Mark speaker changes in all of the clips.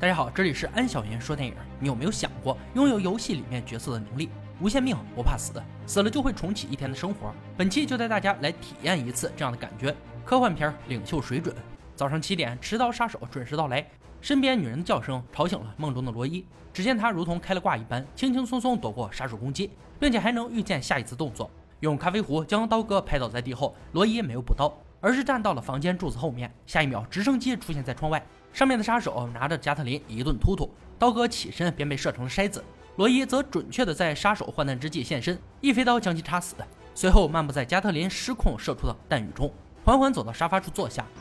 Speaker 1: 大家好，这里是安小言说电影。你有没有想过，拥有游戏里面角色的能力，无限命不怕死，死了就会重启一天的生活？本期就带大家来体验一次这样的感觉。科幻片领袖水准。早上7点，持刀杀手准时到来，身边女人的叫声吵醒了梦中的罗伊。只见他如同开了挂一般，轻轻松松躲过杀手攻击，并且还能预见下一次动作。用咖啡壶将刀哥拍倒在地后，罗伊没有补刀，而是站到了房间柱子后面。下一秒，直升机出现在窗外，上面的杀手拿着加特林一顿突突，刀哥起身便被射成了筛子。罗伊则准确的在杀手患难之际现身，一飞刀将其插死，随后漫步在加特林失控射出的弹雨中，缓缓走到沙发处坐下。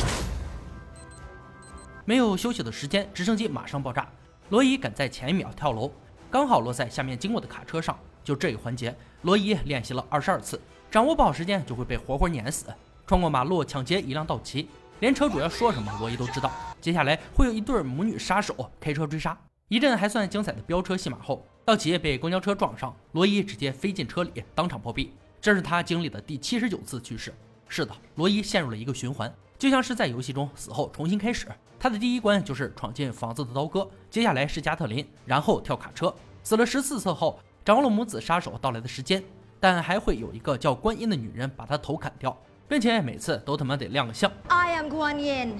Speaker 1: 没有休息的时间，直升机马上爆炸。罗伊赶在前一秒跳楼，刚好落在下面经过的卡车上。就这一环节，罗伊练习了22次，掌握不好时间就会被活活碾死。穿过马路抢劫一辆道奇，连车主要说什么罗伊都知道。接下来会有一对母女杀手开车追杀，一阵还算精彩的飙车戏码后，道奇被公交车撞上，罗伊直接飞进车里当场暴毙。这是他经历的第79次去世。是的，罗伊陷入了一个循环，就像是在游戏中死后重新开始。他的第一关就是闯进房子的刀哥，接下来是加特林，然后跳卡车。死了14次后，掌握了母子杀手到来的时间，但还会有一个叫观音的女人把他头砍掉，并且每次都他妈得亮个相。
Speaker 2: I am Guan Yin,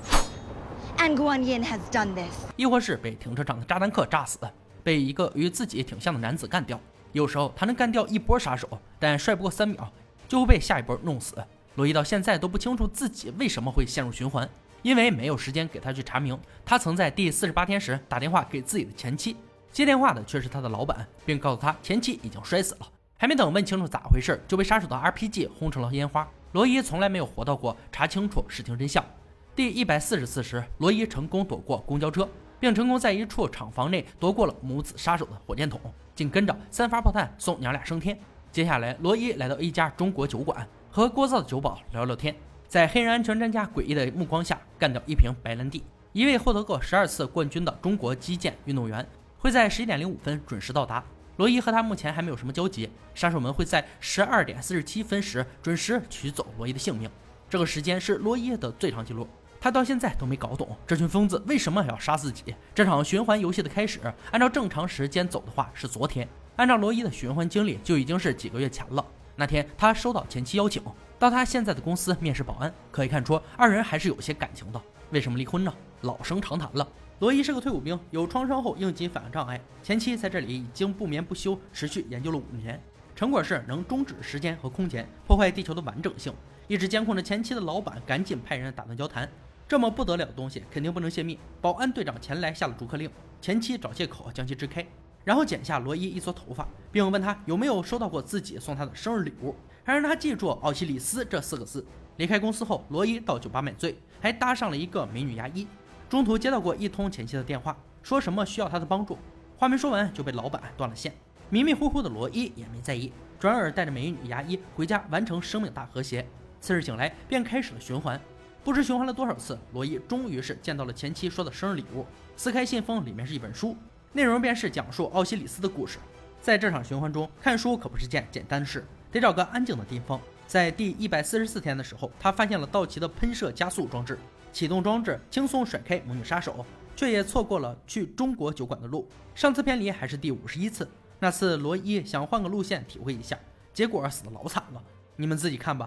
Speaker 2: and Guan Yin has done this。
Speaker 1: 亦或是被停车场的炸弹客炸死，被一个与自己挺像的男子干掉。有时候他能干掉一波杀手，但帅不过3秒就会被下一波弄死。罗伊到现在都不清楚自己为什么会陷入循环，因为没有时间给他去查明。他曾在第48天时打电话给自己的前妻，接电话的却是他的老板，并告诉他前妻已经摔死了。还没等问清楚咋回事，就被杀手的 RPG 轰成了烟花。罗伊从来没有活到过查清楚事情真相。第140次时，罗伊成功躲过公交车，并成功在一处厂房内夺过了母子杀手的火箭筒，紧跟着3发炮弹送娘俩升天。接下来，罗伊来到一家中国酒馆，和聒噪的酒保聊聊天，在黑人安全专家诡异的目光下干掉一瓶白兰地。一位获得过12次冠军的中国击剑运动员会在11点05分准时到达，罗伊和他目前还没有什么交集。杀手们会在12点47分时准时取走罗伊的性命，这个时间是罗伊的最长记录。他到现在都没搞懂这群疯子为什么要杀自己。这场循环游戏的开始，按照正常时间走的话是昨天，按照罗伊的循环经历就已经是几个月前了。那天他收到前妻邀请到他现在的公司面试保安，可以看出2人还是有些感情的。为什么离婚呢？老生常谈了。罗伊是个退伍兵，有创伤后应激反应障碍，前妻在这里已经不眠不休持续研究了5年，成果是能终止时间和空间，破坏地球的完整性。一直监控着前妻的老板赶紧派人打断交谈，这么不得了的东西肯定不能泄密。保安队长前来下了逐客令，前妻找借口将其支开，然后剪下罗伊一撮头发，并问他有没有收到过自己送他的生日礼物，还让他记住奥西里斯这4个字。离开公司后，罗伊到酒吧买醉，还搭上了一个美女牙医。中途接到过一通前妻的电话，说什么需要他的帮助，话没说完就被老板断了线。迷迷糊糊的罗伊也没在意，转而带着美女牙医回家完成生命大和谐。次日醒来便开始了循环，不知循环了多少次，罗伊终于是见到了前妻说的生日礼物。撕开信封，里面是一本书，内容便是讲述奥西里斯的故事。在这场循环中，看书可不是件简单的事，得找个安静的地方。在第144天的时候，他发现了道奇的喷射加速装置，启动装置轻松甩开母女杀手，却也错过了去中国酒馆的路。上次偏离还是第51次，那次罗伊想换个路线体会一下，结果死得老惨了，你们自己看吧。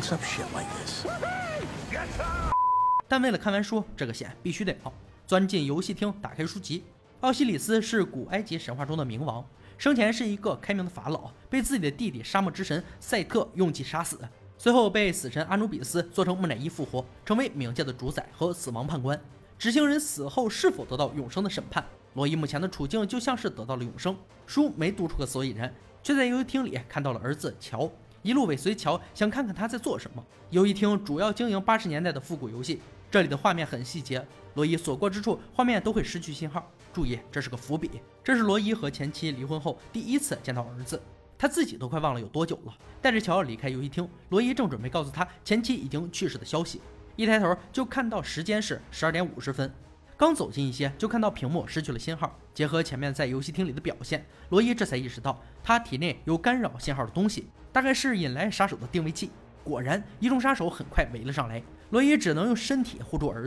Speaker 1: 但为了看完书，这个险必须得冒。钻进游戏厅，打开书籍。奥西里斯是古埃及神话中的冥王，生前是一个开明的法老，被自己的弟弟沙漠之神赛特用计杀死，随后被死神阿努比斯做成木乃伊复活，成为冥界的主宰和死亡判官，执行人死后是否得到永生的审判。罗伊目前的处境就像是得到了永生，书没读出个所以然，却在游戏厅里看到了儿子乔，一路尾随乔，想看看他在做什么。游戏厅主要经营80年代的复古游戏，这里的画面很细节，罗伊所过之处画面都会失去信号。注意，这是个伏笔，这是罗伊和前妻离婚后第1次见到儿子，他自己都快忘了有多久了。带着乔离开游戏厅，罗伊正准备告诉他前妻已经去世的消息，一抬头就看到时间是12点50分，刚走近一些就看到屏幕失去了信号。结合前面在游戏厅里的表现，罗伊这才意识到他体内有干扰信号的东西，大概是引来杀手的定位器。果然，一众杀手很快围了上来，罗伊只能用身体护住儿子。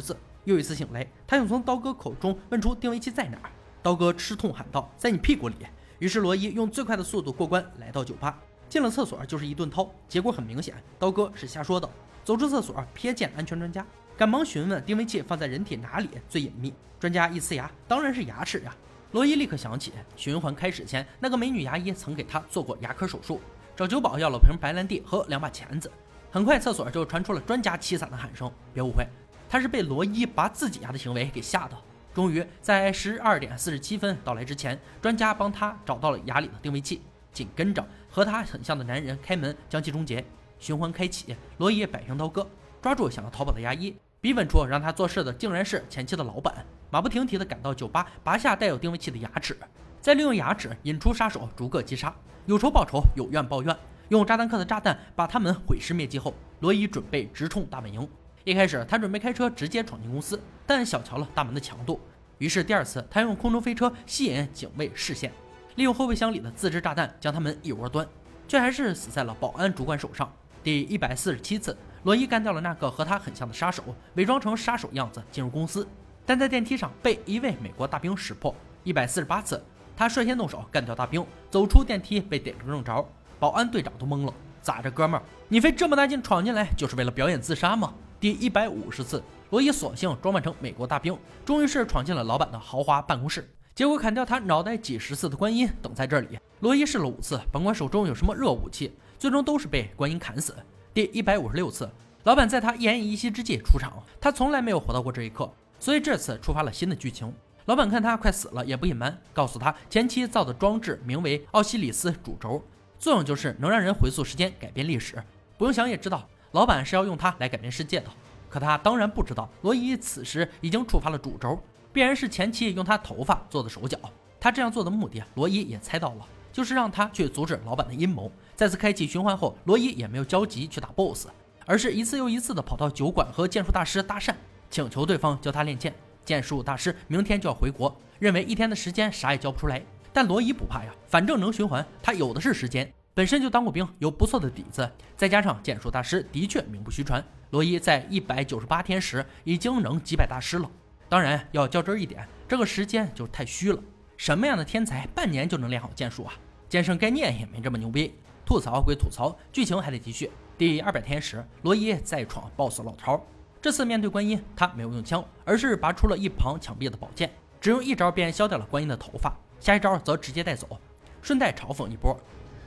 Speaker 1: 又一次醒来，他想从刀哥口中问出定位器在哪儿。刀哥吃痛喊道：“在你屁股里。”于是罗伊用最快的速度过关，来到酒吧，进了厕所就是一顿掏。结果很明显，刀哥是瞎说的。走出厕所，瞥见安全专家，赶忙询问定位器放在人体哪里最隐秘。专家一呲牙，当然是牙齿呀。罗伊立刻想起循环开始前，那个美女牙医曾给他做过牙科手术，找酒保要了瓶白兰地和2把钳子。很快，厕所就传出了专家凄惨的喊声。别误会，他是被罗伊拔自己牙的行为给吓的。终于在12点47分到来之前，专家帮他找到了牙里的定位器，紧跟着和他很像的男人开门将其终结。循环开启，罗伊摆平刀哥，抓住想要逃跑的牙医，逼问出让他做事的竟然是前妻的老板，马不停蹄地赶到酒吧，拔下带有定位器的牙齿，再利用牙齿引出杀手，逐个击杀。有仇报仇，有怨报怨，用炸弹客的炸弹把他们毁尸灭迹后，罗伊准备直冲大本营。一开始他准备开车直接闯进公司，但小瞧了大门的强度，于是第二次他用空中飞车吸引警卫视线，利用后备箱里的自制炸弹将他们一窝端，却还是死在了保安主管手上。第147次，罗伊干掉了那个和他很像的杀手，伪装成杀手样子进入公司，但在电梯上被一位美国大兵识破。148次，他率先动手干掉大兵，走出电梯被点个正着，保安队长都懵了，咋着哥们儿，你费这么大劲闯进来就是为了表演自杀吗？第150次，罗伊索性装扮成美国大兵，终于是闯进了老板的豪华办公室，结果砍掉他脑袋几十次的观音等在这里。罗伊试了5次，甭管手中有什么热武器，最终都是被观音砍死。第156次，老板在他一言一息之际出场，他从来没有活到过这一刻，所以这次触发了新的剧情。老板看他快死了也不隐瞒，告诉他前妻造的装置名为奥西里斯主轴，作用就是能让人回溯时间，改变历史。不用想也知道老板是要用它来改变世界的，可他当然不知道罗伊此时已经触发了主轴，必然是前妻用他头发做的手脚。他这样做的目的罗伊也猜到了，就是让他去阻止老板的阴谋。再次开启循环后，罗伊也没有着急去打 BOSS， 而是一次又一次的跑到酒馆和剑术大师搭讪，请求对方教他练剑。剑术大师明天就要回国，认为1天的时间啥也教不出来，但罗伊不怕呀，反正能循环，他有的是时间，本身就当过兵，有不错的底子，再加上剑术大师的确名不虚传，罗伊在198天时已经能击败大师了。当然要较真一点，这个时间就太虚了，什么样的天才半年就能练好剑术啊？剑圣概念也没这么牛逼。吐槽归吐槽，剧情还得继续。第200天时，罗伊再闯 BOSS 老巢，这次面对观音，他没有用枪，而是拔出了一旁墙壁的宝剑，只用一招便削掉了观音的头发，下一招则直接带走，顺带嘲讽一波。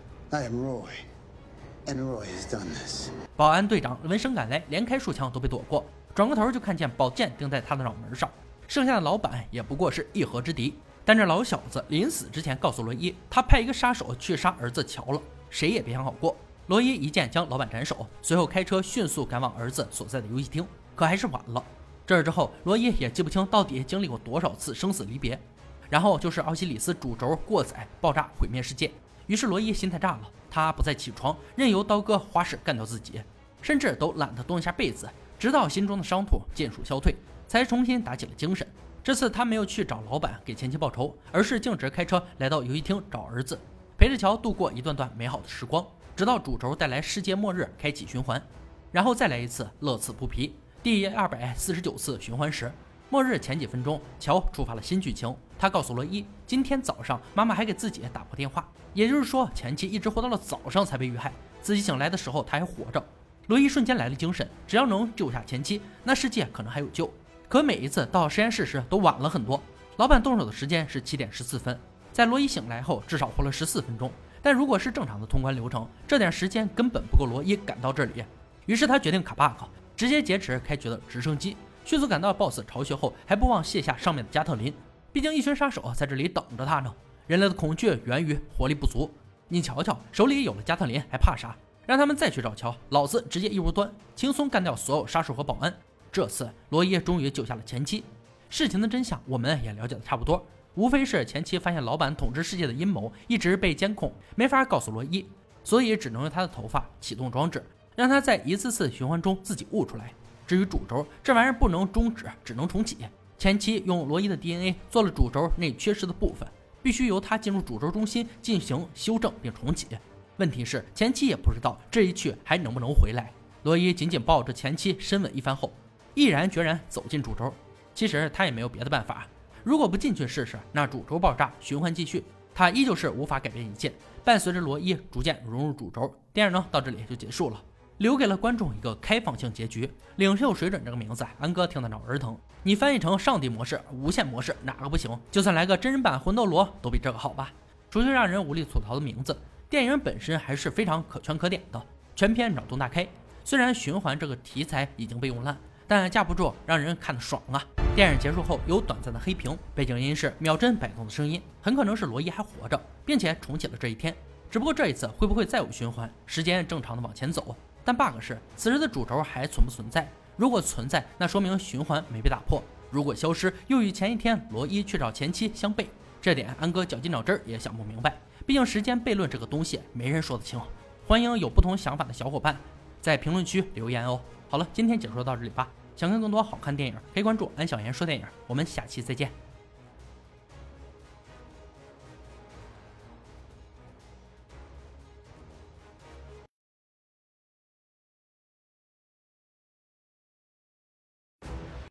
Speaker 3: I am Roy, and Roy has done this.
Speaker 1: 保安队长闻声赶来，连开数枪都被躲过，转过头就看见宝剑钉在他的脑门上。剩下的老板也不过是一合之敌，但这老小子临死之前告诉罗伊，他派一个杀手去杀儿子乔了，谁也别想好过。罗伊一剑将老板斩首，随后开车迅速赶往儿子所在的游戏厅，可还是晚了。这之后，罗伊也记不清到底经历过多少次生死离别。然后就是奥西里斯主轴过载爆炸毁灭世界，于是罗伊心态炸了，他不再起床，任由刀哥花式干掉自己，甚至都懒得动一下被子，直到心中的伤痛尽数消退，才重新打起了精神。这次他没有去找老板给前妻报仇，而是径直开车来到游戏厅找儿子，陪着乔度过一段段美好的时光，直到主轴带来世界末日开启循环，然后再来一次乐此不疲。第249次循环时，末日前几分钟，乔触发了新剧情。他告诉罗伊，今天早上妈妈还给自己打过电话，也就是说前妻一直活到了早上才被遇害，自己醒来的时候他还活着。罗伊瞬间来了精神，只要能救下前妻，那世界可能还有救。可每一次到实验室时都晚了很多，老板动手的时间是7点14分，在罗伊醒来后至少活了14分钟，但如果是正常的通关流程，这点时间根本不够罗伊赶到这里。于是他决定卡 bug， 直接劫持开局的直升机，迅速赶到 BOSS 巢穴后，还不忘卸下上面的加特林，毕竟一群杀手在这里等着他呢。人类的恐惧源于活力不足，你瞧瞧，手里有了加特林还怕啥？让他们再去找乔，老子直接一窝端，轻松干掉所有杀手和保安。这次罗伊终于救下了前妻，事情的真相我们也了解的差不多，无非是前妻发现老板统治世界的阴谋一直被监控，没法告诉罗伊，所以只能用他的头发启动装置，让他在一次次循环中自己悟出来。至于主轴，这玩意儿不能终止，只能重启。前期用罗伊的 DNA 做了主轴内缺失的部分，必须由他进入主轴中心进行修正并重启。问题是前期也不知道这一去还能不能回来。罗伊紧紧抱着前妻深吻一番后，毅然决然走进主轴， 其实他也没有别的办法，如果不进去试试，那主轴爆炸，循环继续，他依旧是无法改变一切。伴随着罗伊逐渐融入主轴，电影呢到这里就结束了，留给了观众一个开放性结局。领袖水准这个名字，安哥听得脑仁疼。你翻译成上帝模式、无限模式，哪个不行？就算来个真人版魂斗罗，都比这个好吧？除去让人无力吐槽的名字，电影本身还是非常可圈可点的，全片脑洞大开。虽然循环这个题材已经被用烂，但架不住让人看得爽啊！电影结束后有短暂的黑屏，背景音是秒针摆动的声音，很可能是罗伊还活着，并且重启了这一天。只不过这一次会不会再有循环，时间正常的往前走？但 bug 是此时的主轴还存不存在？如果存在，那说明循环没被打破；如果消失，又与前一天罗伊去找前妻相悖。这点安哥绞尽脑汁也想不明白，毕竟时间悖论这个东西没人说得清。欢迎有不同想法的小伙伴在评论区留言哦。好了，今天解说到这里吧。想看更多好看电影，可以关注安小言说电影。我们下期再见。